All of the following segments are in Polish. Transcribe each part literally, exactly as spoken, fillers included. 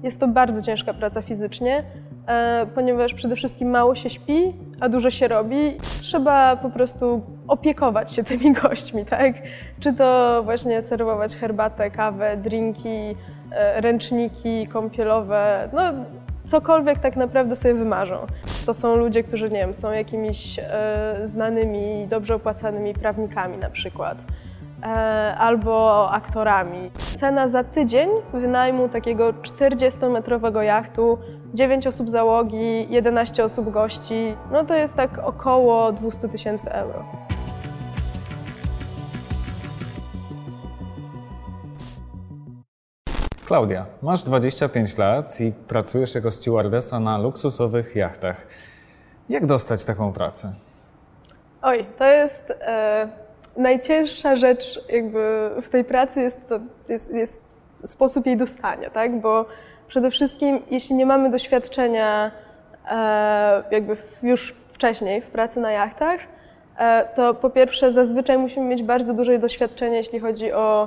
Jest to bardzo ciężka praca fizycznie, e, ponieważ przede wszystkim mało się śpi, a dużo się robi. Trzeba po prostu opiekować się tymi gośćmi, tak? Czy to właśnie serwować herbatę, kawę, drinki, e, ręczniki kąpielowe, no cokolwiek tak naprawdę sobie wymarzą. To są ludzie, którzy, nie wiem, są jakimiś e, znanymi, dobrze opłacanymi prawnikami na przykład. Albo aktorami. Cena za tydzień wynajmu takiego czterdziestometrowego jachtu, dziewięć osób załogi, jedenaście osób gości, no to jest tak około dwieście tysięcy euro. Klaudia, masz dwadzieścia pięć lat i pracujesz jako stewardessa na luksusowych jachtach. Jak dostać taką pracę? Oj, to jest... E... Najcięższa rzecz jakby w tej pracy jest, to, jest, jest sposób jej dostania, tak? Bo przede wszystkim, jeśli nie mamy doświadczenia e, jakby w, już wcześniej w pracy na jachtach, e, to po pierwsze zazwyczaj musimy mieć bardzo duże doświadczenie, jeśli chodzi o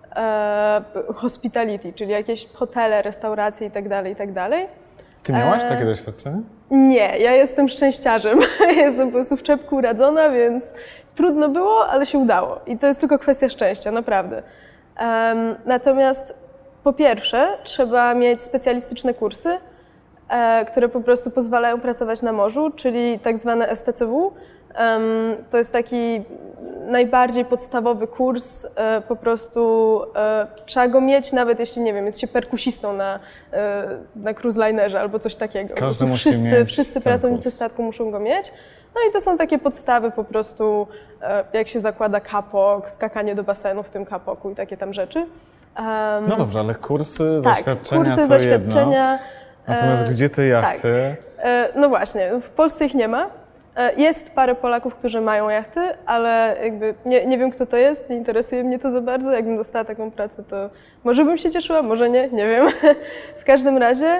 e, hospitality, czyli jakieś hotele, restauracje itd., itd. Ty miałaś takie doświadczenie? Nie, ja jestem szczęściarzem. Jestem po prostu w czepku urodzona, więc trudno było, ale się udało. I to jest tylko kwestia szczęścia, naprawdę. Um, natomiast po pierwsze trzeba mieć specjalistyczne kursy, e, które po prostu pozwalają pracować na morzu, czyli tak zwane S T C W. Um, to jest taki najbardziej podstawowy kurs, e, po prostu e, trzeba go mieć, nawet jeśli, nie wiem, jest się perkusistą na, e, na cruise linerze albo coś takiego. Każdy musi wszyscy mieć wszyscy ten pracownicy kurs. statku muszą go mieć. No i to są takie podstawy po prostu, e, jak się zakłada kapok, skakanie do basenu w tym kapoku i takie tam rzeczy. Um, No dobrze, ale kursy, tak, zaświadczenia kursy, to zaświadczenia. jedno. Natomiast e, gdzie te jachty? Tak. E, no właśnie, w Polsce ich nie ma. Jest parę Polaków, którzy mają jachty, ale jakby nie, nie wiem, kto to jest, nie interesuje mnie to za bardzo. Jakbym dostała taką pracę, to może bym się cieszyła, może nie, nie wiem. W każdym razie,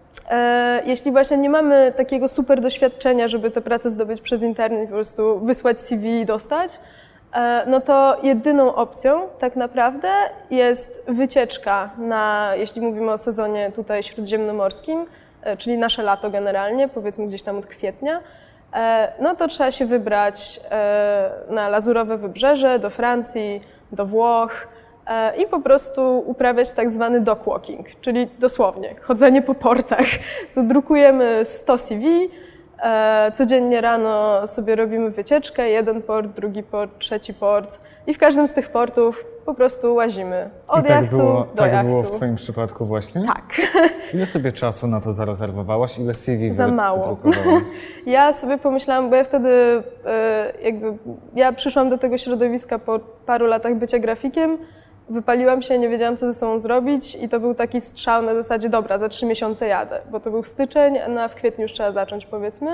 e, jeśli właśnie nie mamy takiego super doświadczenia, żeby tę pracę zdobyć przez internet, po prostu wysłać C V i dostać, e, no to jedyną opcją tak naprawdę jest wycieczka na, jeśli mówimy o sezonie tutaj śródziemnomorskim, e, czyli nasze lato generalnie, powiedzmy gdzieś tam od kwietnia. No to trzeba się wybrać na Lazurowe Wybrzeże, do Francji, do Włoch i po prostu uprawiać tak zwany dock walking, czyli dosłownie chodzenie po portach. So, drukujemy sto C V, codziennie rano sobie robimy wycieczkę, jeden port, drugi port, trzeci port i w każdym z tych portów po prostu łazimy od I tak jachtu było, do tak jachtu. było w Twoim przypadku właśnie? Tak. Ile sobie czasu na to zarezerwowałaś? Ile C V Za wy, mało. wydrukowałaś? Ja sobie pomyślałam, bo ja wtedy jakby, ja przyszłam do tego środowiska po paru latach bycia grafikiem, wypaliłam się, nie wiedziałam, co ze sobą zrobić i to był taki strzał na zasadzie, dobra, za trzy miesiące jadę, bo to był styczeń, a w kwietniu już trzeba zacząć, powiedzmy.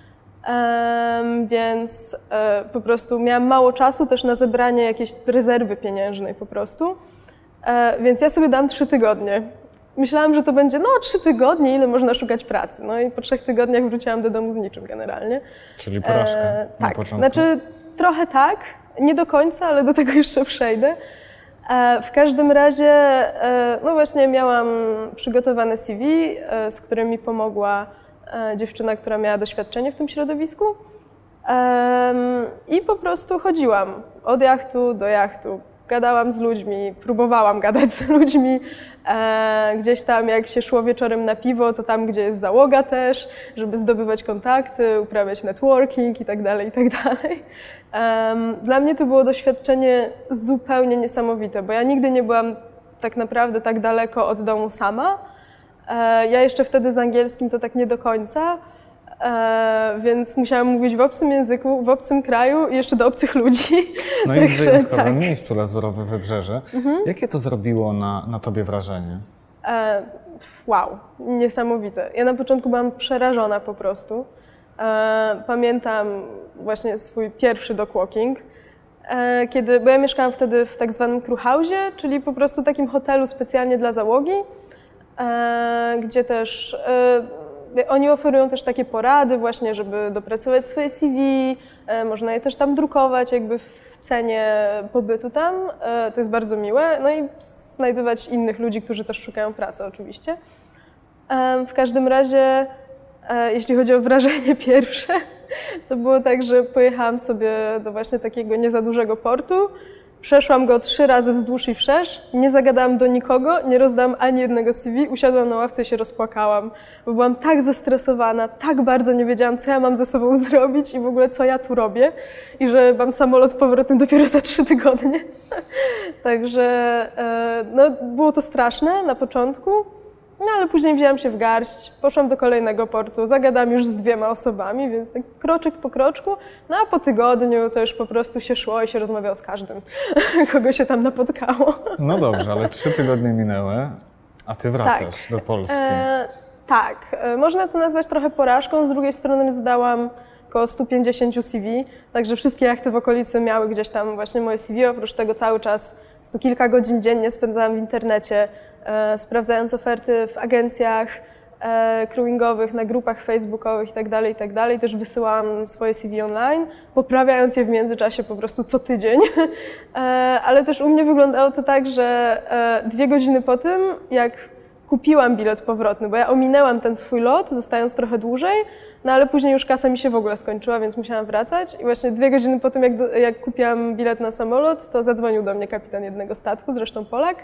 Um, więc e, po prostu miałam mało czasu też na zebranie jakiejś rezerwy pieniężnej po prostu, e, więc ja sobie dam trzy tygodnie. Myślałam, że to będzie, no trzy tygodnie, ile można szukać pracy. No i po trzech tygodniach wróciłam do domu z niczym generalnie. Czyli porażka e, na tak, początku. Znaczy trochę tak, nie do końca, ale do tego jeszcze przejdę. E, w każdym razie, e, no właśnie miałam przygotowane C V, e, z którym mi pomogła dziewczyna, która miała doświadczenie w tym środowisku um, i po prostu chodziłam od jachtu do jachtu. Gadałam z ludźmi, próbowałam gadać z ludźmi. E, gdzieś tam jak się szło wieczorem na piwo, to tam, gdzie jest załoga też, żeby zdobywać kontakty, uprawiać networking i tak dalej, i tak dalej. Um, dla mnie to było doświadczenie zupełnie niesamowite, bo ja nigdy nie byłam tak naprawdę tak daleko od domu sama. Ja jeszcze wtedy z angielskim to tak nie do końca, więc musiałam mówić w obcym języku, w obcym kraju i jeszcze do obcych ludzi. No i w Także, wyjątkowym tak. miejscu, Lazurowe Wybrzeże. Mhm. Jakie to zrobiło na, na tobie wrażenie? E, wow, niesamowite. Ja na początku byłam przerażona po prostu. E, pamiętam właśnie swój pierwszy dock walking, e, kiedy, bo ja mieszkałam wtedy w tak zwanym crew house'ie, czyli po prostu takim hotelu specjalnie dla załogi, e, gdzie też e, oni oferują też takie porady właśnie, żeby dopracować swoje C V, e, można je też tam drukować jakby w cenie pobytu tam, e, to jest bardzo miłe, no i znajdować innych ludzi, którzy też szukają pracy oczywiście. W każdym razie, jeśli chodzi o wrażenie pierwsze, to było tak, że pojechałam sobie do właśnie takiego nie za dużego portu, przeszłam go trzy razy wzdłuż i wszerz, nie zagadałam do nikogo, nie rozdałam ani jednego C V, usiadłam na ławce i się rozpłakałam, bo byłam tak zestresowana, tak bardzo nie wiedziałam, co ja mam ze sobą zrobić i w ogóle co ja tu robię i że mam samolot powrotny dopiero za trzy tygodnie. Także no, było to straszne na początku. No ale później wzięłam się w garść, poszłam do kolejnego portu, zagadałam już z dwiema osobami, więc tak kroczek po kroczku, no a po tygodniu to już po prostu się szło i się rozmawiało z każdym, kogo się tam napotkało. No dobrze, ale trzy tygodnie minęły, a ty wracasz tak. do Polski. E, tak, e, można to nazwać trochę porażką, z drugiej strony zdałam około sto pięćdziesiąt C V, także wszystkie jachty w okolicy miały gdzieś tam właśnie moje C V, oprócz tego cały czas sto kilka godzin dziennie spędzałam w internecie, E, sprawdzając oferty w agencjach e, crewingowych, na grupach facebookowych itd., itd. Też wysyłałam swoje C V online, poprawiając je w międzyczasie po prostu co tydzień. E, ale też u mnie wyglądało to tak, że e, dwie godziny po tym, jak kupiłam bilet powrotny, bo ja ominęłam ten swój lot, zostając trochę dłużej, no ale później już kasa mi się w ogóle skończyła, więc musiałam wracać. I właśnie dwie godziny po tym, jak, do, jak kupiłam bilet na samolot, to zadzwonił do mnie kapitan jednego statku, zresztą Polak,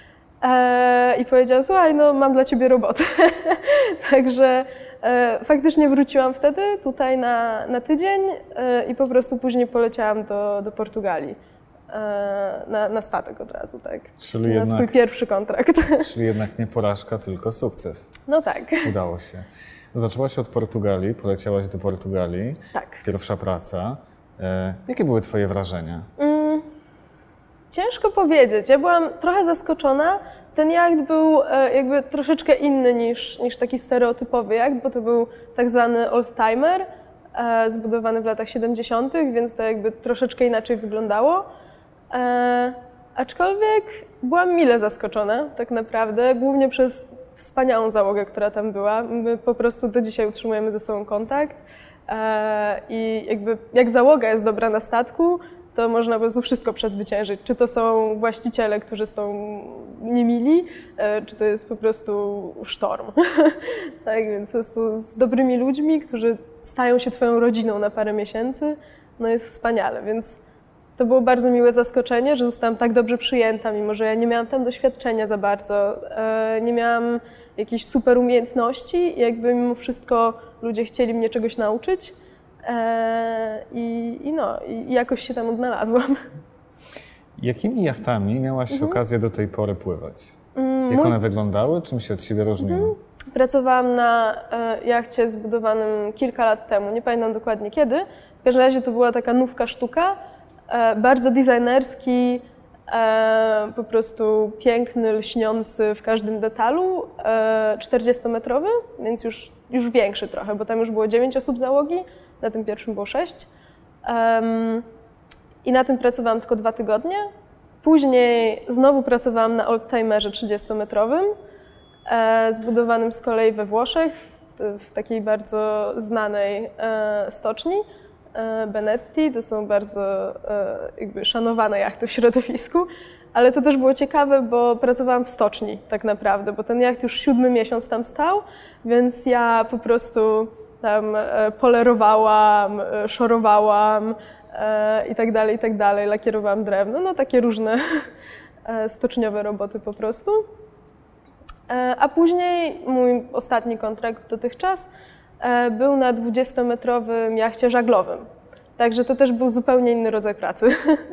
E, i powiedział, słuchaj, no mam dla ciebie robotę. Także e, faktycznie wróciłam wtedy tutaj na, na tydzień e, i po prostu później poleciałam do, do Portugalii. E, na, na statek od razu, tak. Czyli na jednak, swój pierwszy kontrakt. Czyli jednak nie porażka, tylko sukces. No tak. Udało się. Zaczęłaś od Portugalii, poleciałaś do Portugalii. Tak. Pierwsza praca. E, jakie były twoje wrażenia? Mm. Ciężko powiedzieć. Ja byłam trochę zaskoczona. Ten jacht był jakby troszeczkę inny niż, niż taki stereotypowy jacht, bo to był tak zwany oldtimer, zbudowany w latach siedemdziesiątych, więc to jakby troszeczkę inaczej wyglądało. E, aczkolwiek byłam mile zaskoczona tak naprawdę, głównie przez wspaniałą załogę, która tam była. My po prostu do dzisiaj utrzymujemy ze sobą kontakt e, i jakby jak załoga jest dobra na statku, to można po prostu wszystko przezwyciężyć. Czy to są właściciele, którzy są niemili, czy to jest po prostu sztorm. Tak, więc po prostu z dobrymi ludźmi, którzy stają się twoją rodziną na parę miesięcy, no jest wspaniale. Więc to było bardzo miłe zaskoczenie, że zostałam tak dobrze przyjęta, mimo że ja nie miałam tam doświadczenia za bardzo, nie miałam jakichś super umiejętności i jakby mimo wszystko ludzie chcieli mnie czegoś nauczyć. I, i no, i jakoś się tam odnalazłam. Jakimi jachtami miałaś mhm. okazję do tej pory pływać? Mm, Jak mój... one wyglądały? Czym się od siebie różniły? Mhm. Pracowałam na e, jachcie zbudowanym kilka lat temu, nie pamiętam dokładnie kiedy. W każdym razie to była taka nówka sztuka, e, bardzo designerski, e, po prostu piękny, lśniący w każdym detalu, e, czterdziestometrowy, więc już, już większy trochę, bo tam już było dziewięć osób załogi. Na tym pierwszym było sześć. Um, I na tym pracowałam tylko dwa tygodnie. Później znowu pracowałam na oldtimerze trzydziestometrowym, e, zbudowanym z kolei we Włoszech, w, w takiej bardzo znanej e, stoczni. E, Benetti, to są bardzo e, jakby szanowane jachty w środowisku. Ale to też było ciekawe, bo pracowałam w stoczni tak naprawdę, bo ten jacht już siódmy miesiąc tam stał, więc ja po prostu tam polerowałam, szorowałam e, i tak dalej, i tak dalej, lakierowałam drewno, no takie różne e, stoczniowe roboty po prostu. E, a później mój ostatni kontrakt dotychczas e, był na dwudziestometrowym jachcie żaglowym. Także to też był zupełnie inny rodzaj pracy.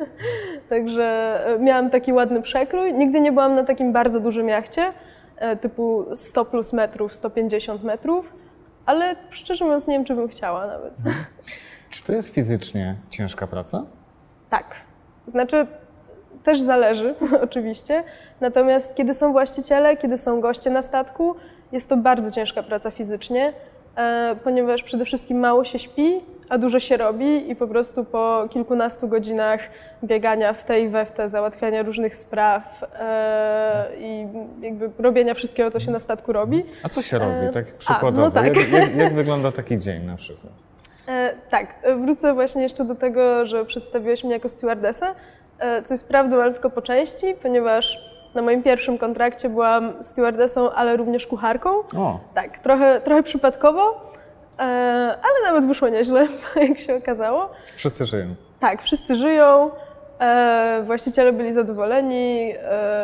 Także miałam taki ładny przekrój. Nigdy nie byłam na takim bardzo dużym jachcie, e, typu sto plus metrów, sto pięćdziesiąt metrów. Ale szczerze mówiąc nie wiem, czy bym chciała nawet. Hmm. Czy to jest fizycznie ciężka praca? Tak. Znaczy też zależy oczywiście. Natomiast kiedy są właściciele, kiedy są goście na statku, jest to bardzo ciężka praca fizycznie, e, ponieważ przede wszystkim mało się śpi, a dużo się robi i po prostu po kilkunastu godzinach biegania w te i we w te, załatwiania różnych spraw e, i jakby robienia wszystkiego, co się na statku robi. A co się robi, tak przykładowo? A, no tak. jak, jak, jak wygląda taki dzień na przykład? E, tak, wrócę właśnie jeszcze do tego, że przedstawiłeś mnie jako stewardessę, e, co jest prawdą, ale tylko po części, ponieważ Na moim pierwszym kontrakcie byłam stewardessą, ale również kucharką. O. Tak, trochę, trochę przypadkowo, ale nawet wyszło nieźle, jak się okazało. Wszyscy żyją. Tak, wszyscy żyją, właściciele byli zadowoleni,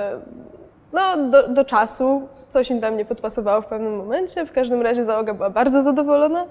no do, do czasu, coś im tam nie podpasowało w pewnym momencie, w każdym razie załoga była bardzo zadowolona.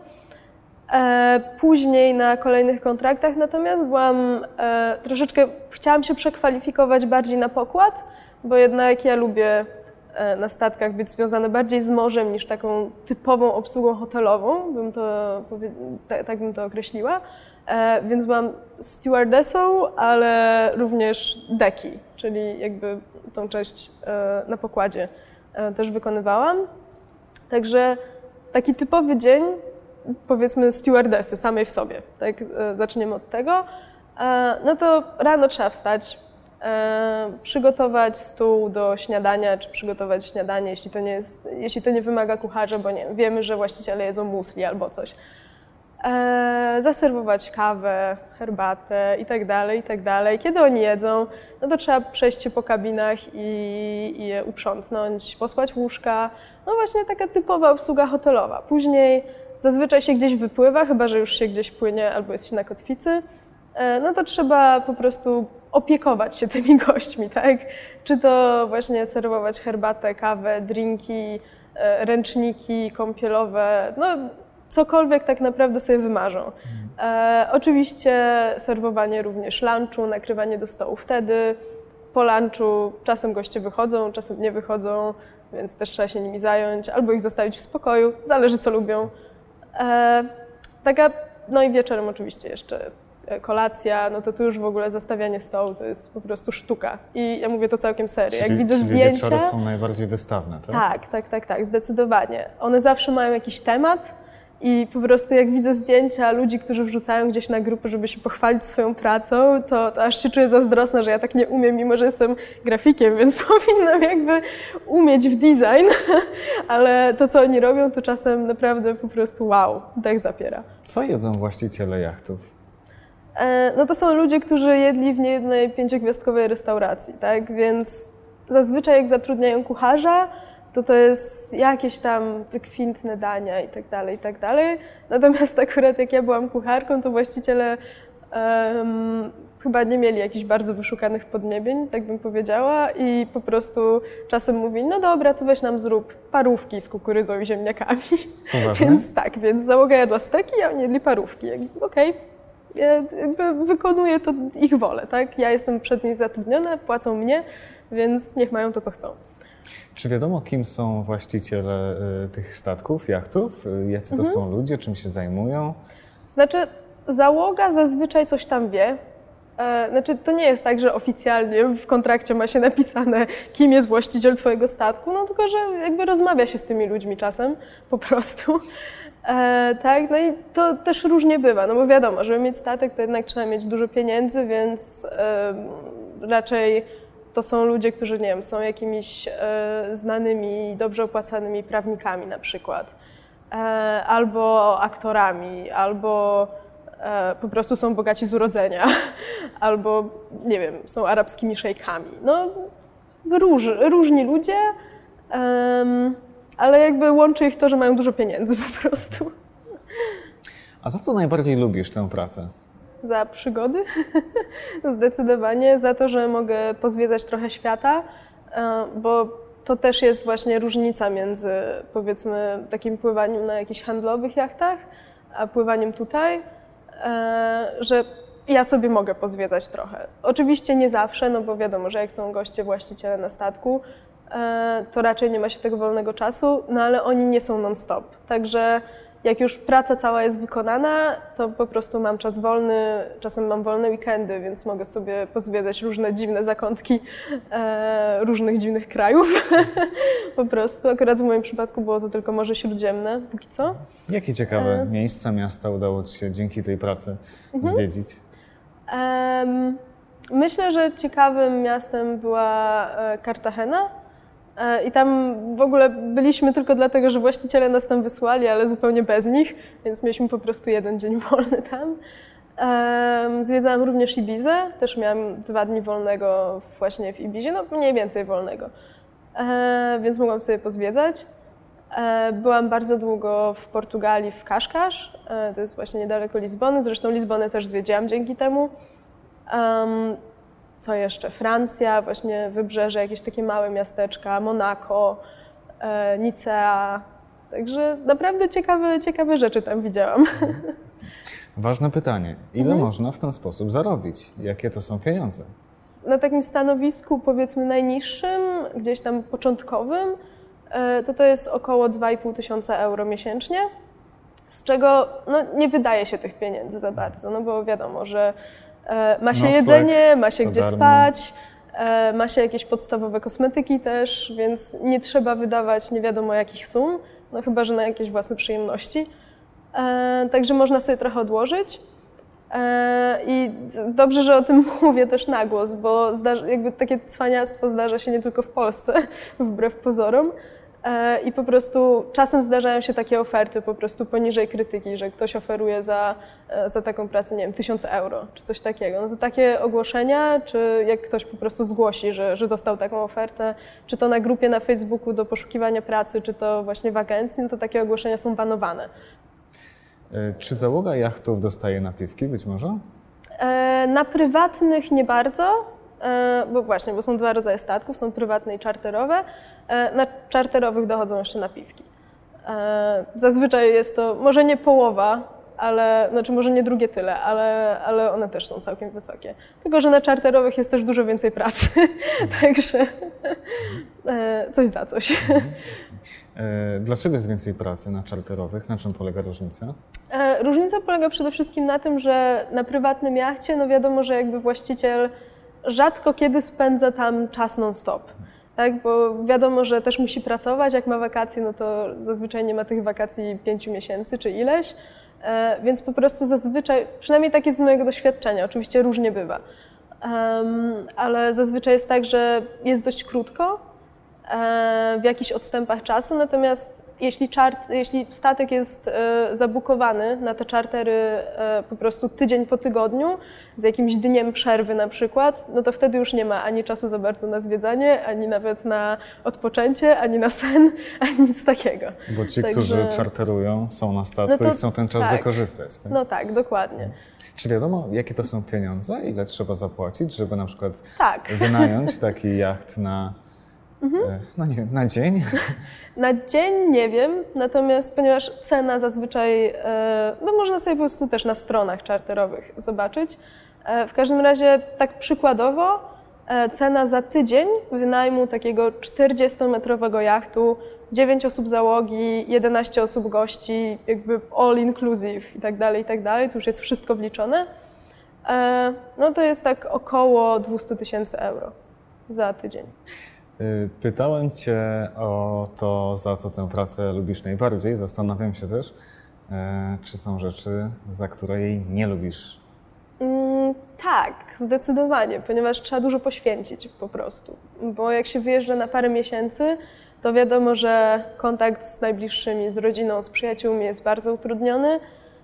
Później na kolejnych kontraktach natomiast byłam troszeczkę, chciałam się przekwalifikować bardziej na pokład, bo jednak ja lubię na statkach być związane bardziej z morzem niż taką typową obsługą hotelową, bym to, tak bym to określiła. Więc byłam stewardessą, ale również deki, czyli jakby tą część na pokładzie też wykonywałam. Także taki typowy dzień, powiedzmy stewardessy samej w sobie, tak zaczniemy od tego, no to rano trzeba wstać, przygotować stół do śniadania, czy przygotować śniadanie, jeśli to nie jest, jeśli to nie wymaga kucharza, bo nie wiem, wiemy, że właściciele jedzą musli albo coś. E, zaserwować kawę, herbatę i tak dalej, i tak dalej. Kiedy oni jedzą, no to trzeba przejść się po kabinach i, i je uprzątnąć, posłać łóżka. No właśnie taka typowa obsługa hotelowa. Później zazwyczaj się gdzieś wypływa, chyba że już się gdzieś płynie albo jest się na kotwicy, e, no to trzeba po prostu opiekować się tymi gośćmi, tak? Czy to właśnie serwować herbatę, kawę, drinki, e, ręczniki kąpielowe, no cokolwiek tak naprawdę sobie wymarzą. E, oczywiście serwowanie również lunchu, nakrywanie do stołu wtedy. Po lunchu czasem goście wychodzą, czasem nie wychodzą, więc też trzeba się nimi zająć, albo ich zostawić w spokoju, zależy co lubią. E, taka, no i wieczorem oczywiście jeszcze kolacja, no to tu już w ogóle zastawianie stołu to jest po prostu sztuka. I ja mówię to całkiem serio. Czyli, Jak widzę czyli zdjęcia... wieczory są najbardziej wystawne, tak? Tak, tak, tak, tak, zdecydowanie. One zawsze mają jakiś temat i po prostu jak widzę zdjęcia ludzi, którzy wrzucają gdzieś na grupy, żeby się pochwalić swoją pracą, to, to aż się czuję zazdrosna, że ja tak nie umiem, mimo że jestem grafikiem, więc powinnam jakby umieć w design, ale to, co oni robią, to czasem naprawdę po prostu wow, dech zapiera. Co jedzą właściciele jachtów? No to są ludzie, którzy jedli w niejednej pięciogwiazdkowej restauracji, tak? Więc zazwyczaj jak zatrudniają kucharza, to to jest jakieś tam wykwintne dania i tak dalej, i tak dalej. Natomiast akurat jak ja byłam kucharką, to właściciele um, chyba nie mieli jakichś bardzo wyszukanych podniebień, tak bym powiedziała, i po prostu czasem mówili, no dobra, to weź nam zrób parówki z kukurydzą i ziemniakami. Poważnie? Więc tak, więc załoga jadła steki, a oni jedli parówki. Okej. Okay. Ja jakby wykonuję to ich wolę, tak? Ja jestem przed nich zatrudniona, płacą mnie, więc niech mają to, co chcą. Czy wiadomo, kim są właściciele y, tych statków, jachtów? Y, jacy to mhm. są ludzie, czym się zajmują? Znaczy, załoga zazwyczaj coś tam wie. E, znaczy, to nie jest tak, że oficjalnie w kontrakcie ma się napisane, kim jest właściciel twojego statku, no tylko, że jakby rozmawia się z tymi ludźmi czasem, po prostu. E, tak, no i to też różnie bywa, no bo wiadomo, żeby mieć statek, to jednak trzeba mieć dużo pieniędzy, więc e, raczej to są ludzie, którzy, nie wiem, są jakimiś e, znanymi, dobrze opłacanymi prawnikami na przykład, e, albo aktorami, albo e, po prostu są bogaci z urodzenia, albo, nie wiem, są arabskimi szejkami. No, róż, różni ludzie. E, Ale jakby łączy ich to, że mają dużo pieniędzy po prostu. A za co najbardziej lubisz tę pracę? Za przygody. Zdecydowanie. Za to, że mogę pozwiedzać trochę świata, bo to też jest właśnie różnica między, powiedzmy, takim pływaniem na jakichś handlowych jachtach, a pływaniem tutaj, że ja sobie mogę pozwiedzać trochę. Oczywiście nie zawsze, no bo wiadomo, że jak są goście, właściciele na statku, to raczej nie ma się tego wolnego czasu, no ale oni nie są non-stop. Także jak już praca cała jest wykonana, to po prostu mam czas wolny, czasem mam wolne weekendy, więc mogę sobie pozwiedzać różne dziwne zakątki e, różnych dziwnych krajów. Po prostu. Akurat w moim przypadku było to tylko Morze Śródziemne, póki co. Jakie ciekawe e... miejsca, miasta udało Ci się dzięki tej pracy mhm. zwiedzić? E, myślę, że ciekawym miastem była Kartagena. I tam w ogóle byliśmy tylko dlatego, że właściciele nas tam wysłali, ale zupełnie bez nich, więc mieliśmy po prostu jeden dzień wolny tam. Um, zwiedzałam również Ibizę, też miałam dwa dni wolnego właśnie w Ibizie, no mniej więcej wolnego, e, więc mogłam sobie pozwiedzać. E, byłam bardzo długo w Portugalii, w Kaszkasz, e, to jest właśnie niedaleko Lizbony, zresztą Lizbonę też zwiedziłam dzięki temu. Um, co jeszcze? Francja, właśnie wybrzeże, jakieś takie małe miasteczka, Monako, e, Nicea, także naprawdę ciekawe, ciekawe rzeczy tam widziałam. Ważne pytanie. Ile mhm. można w ten sposób zarobić? Jakie to są pieniądze? Na takim stanowisku, powiedzmy najniższym, gdzieś tam początkowym, to to jest około dwa i pół tysiąca euro miesięcznie, z czego no, nie wydaje się tych pieniędzy za bardzo, no bo wiadomo, że ma się Nocleg, jedzenie, ma się gdzie spać, ma się jakieś podstawowe kosmetyki też, więc nie trzeba wydawać nie wiadomo jakich sum, no chyba że na jakieś własne przyjemności. E, także można sobie trochę odłożyć e, i dobrze, że o tym mówię też na głos, bo zdarza, jakby takie cwaniactwo zdarza się nie tylko w Polsce, wbrew pozorom e, i po prostu czasem zdarzają się takie oferty po prostu poniżej krytyki, że ktoś oferuje za, za taką pracę, nie wiem, tysiąc euro czy coś takiego. No to takie ogłoszenia, czy jak ktoś po prostu zgłosi, że, że dostał taką ofertę, czy to na grupie na Facebooku do poszukiwania pracy, czy to właśnie w agencji, no to takie ogłoszenia są banowane. Czy załoga jachtów dostaje napiwki być może? E, na prywatnych nie bardzo, e, bo właśnie, bo są dwa rodzaje statków, są prywatne i czarterowe. E, na czarterowych dochodzą jeszcze napiwki. E, zazwyczaj jest to może nie połowa, ale, znaczy może nie drugie tyle, ale, ale one też są całkiem wysokie. Tylko że na czarterowych jest też dużo więcej pracy, także e, coś za coś. Dlaczego jest więcej pracy na czarterowych? Na czym polega różnica? E, różnica polega przede wszystkim na tym, że na prywatnym jachcie, no wiadomo, że jakby właściciel rzadko kiedy spędza tam czas non-stop. Tak, bo wiadomo, że też musi pracować, jak ma wakacje, no to zazwyczaj nie ma tych wakacji pięciu miesięcy czy ileś, e, więc po prostu zazwyczaj, przynajmniej tak jest z mojego doświadczenia, oczywiście różnie bywa, um, ale zazwyczaj jest tak, że jest dość krótko, w jakichś odstępach czasu, natomiast jeśli, czart, jeśli statek jest zabukowany na te czartery po prostu tydzień po tygodniu, z jakimś dniem przerwy na przykład, no to wtedy już nie ma ani czasu za bardzo na zwiedzanie, ani nawet na odpoczęcie, ani na sen, ani nic takiego. Bo ci, Także... którzy czarterują, są na statku no to, i chcą ten czas tak. wykorzystać. Tak? No tak, dokładnie. Czy wiadomo, jakie to są pieniądze? Ile trzeba zapłacić, żeby na przykład tak. wynająć taki jacht na Mhm. No nie wiem, na dzień? Na dzień nie wiem, natomiast ponieważ cena zazwyczaj, no można sobie po prostu też na stronach czarterowych zobaczyć. W każdym razie tak przykładowo cena za tydzień wynajmu takiego czterdziestometrowego jachtu, dziewięć osób załogi, jedenaście osób gości, jakby all inclusive i tak dalej, i tak dalej, tu już jest wszystko wliczone, no to jest tak około dwieście tysięcy euro za tydzień. Pytałem Cię o to, za co tę pracę lubisz najbardziej. Zastanawiam się też, czy są rzeczy, za które jej nie lubisz. Mm, tak, zdecydowanie, ponieważ trzeba dużo poświęcić po prostu. Bo jak się wyjeżdża na parę miesięcy, to wiadomo, że kontakt z najbliższymi, z rodziną, z przyjaciółmi jest bardzo utrudniony.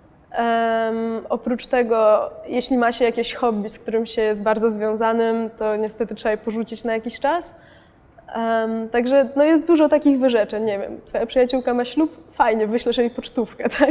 Um, oprócz tego, jeśli ma się jakieś hobby, z którym się jest bardzo związanym, to niestety trzeba je porzucić na jakiś czas. Um, także no jest dużo takich wyrzeczeń, nie wiem, twoja przyjaciółka ma ślub, fajnie, wyślesz jej pocztówkę, tak?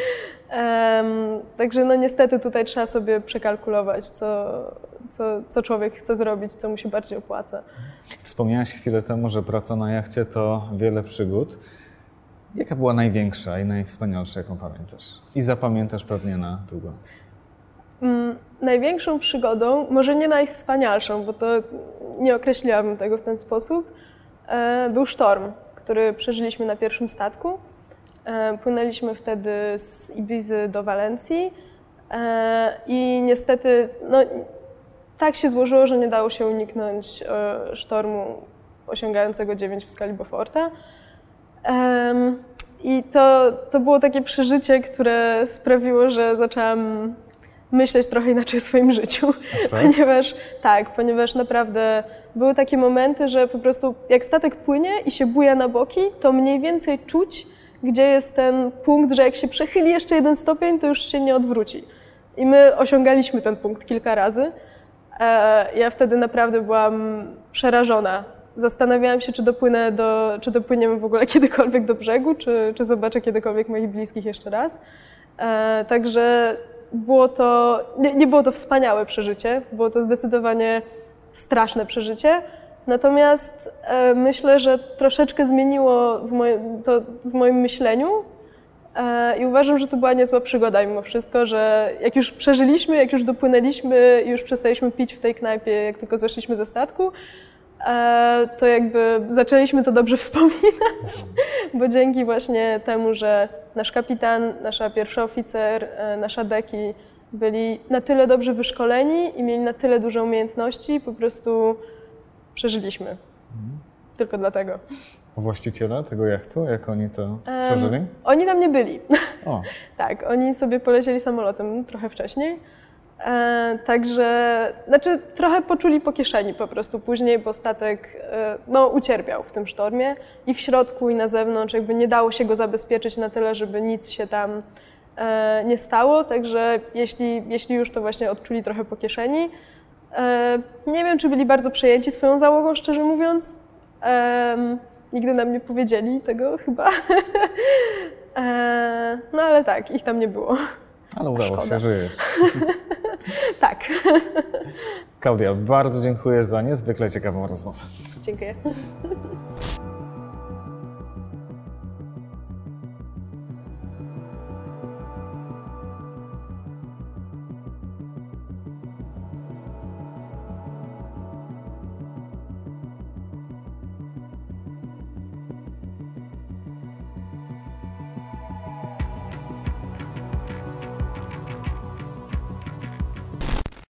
Um, także no niestety tutaj trzeba sobie przekalkulować, co, co, co człowiek chce zrobić, co mu się bardziej opłaca. Wspomniałaś chwilę temu, że praca na jachcie to wiele przygód. Jaka była największa i najwspanialsza, jaką pamiętasz? I zapamiętasz pewnie na długo. Um, największą przygodą, może nie najwspanialszą, bo to nie określiłabym tego w ten sposób, e, był sztorm, który przeżyliśmy na pierwszym statku. E, płynęliśmy wtedy z Ibizy do Walencji e, i niestety no, tak się złożyło, że nie dało się uniknąć e, sztormu osiągającego dziewięć w skali Beauforta. E, I to, to było takie przeżycie, które sprawiło, że zaczęłam myśleć trochę inaczej o swoim życiu, tak? ponieważ tak, ponieważ naprawdę były takie momenty, że po prostu jak statek płynie i się buja na boki, to mniej więcej czuć, gdzie jest ten punkt, że jak się przechyli jeszcze jeden stopień, to już się nie odwróci. I my osiągaliśmy ten punkt kilka razy. Ja wtedy naprawdę byłam przerażona. Zastanawiałam się, czy dopłynę do, czy dopłyniemy w ogóle kiedykolwiek do brzegu, czy, czy zobaczę kiedykolwiek moich bliskich jeszcze raz. Także było to, nie, nie było to wspaniałe przeżycie, było to zdecydowanie straszne przeżycie. Natomiast e, myślę, że troszeczkę zmieniło w moje, to w moim myśleniu e, i uważam, że to była niezła przygoda mimo wszystko, że jak już przeżyliśmy, jak już dopłynęliśmy i już przestaliśmy pić w tej knajpie, jak tylko zeszliśmy ze statku, e, to jakby zaczęliśmy to dobrze wspominać, bo dzięki właśnie temu, że nasz kapitan, nasza pierwsza oficer, e, nasza deki byli na tyle dobrze wyszkoleni i mieli na tyle duże umiejętności, po prostu przeżyliśmy. Mhm. Tylko dlatego. Właściciele tego jachtu, jak oni to przeżyli? Um, oni tam nie byli. O. Tak, oni sobie polecieli samolotem trochę wcześniej. E, także, znaczy trochę poczuli po kieszeni po prostu później, bo statek e, no, ucierpiał w tym sztormie i w środku, i na zewnątrz. Jakby nie dało się go zabezpieczyć na tyle, żeby nic się tam e, nie stało. Także jeśli, jeśli już, to właśnie odczuli trochę po kieszeni. E, nie wiem, czy byli bardzo przejęci swoją załogą, szczerze mówiąc. E, nigdy nam nie powiedzieli tego chyba. e, no ale tak, ich tam nie było. Ale udało Szkoda. się, żyjesz. Tak. Klaudia, bardzo dziękuję za niezwykle ciekawą rozmowę. Dziękuję.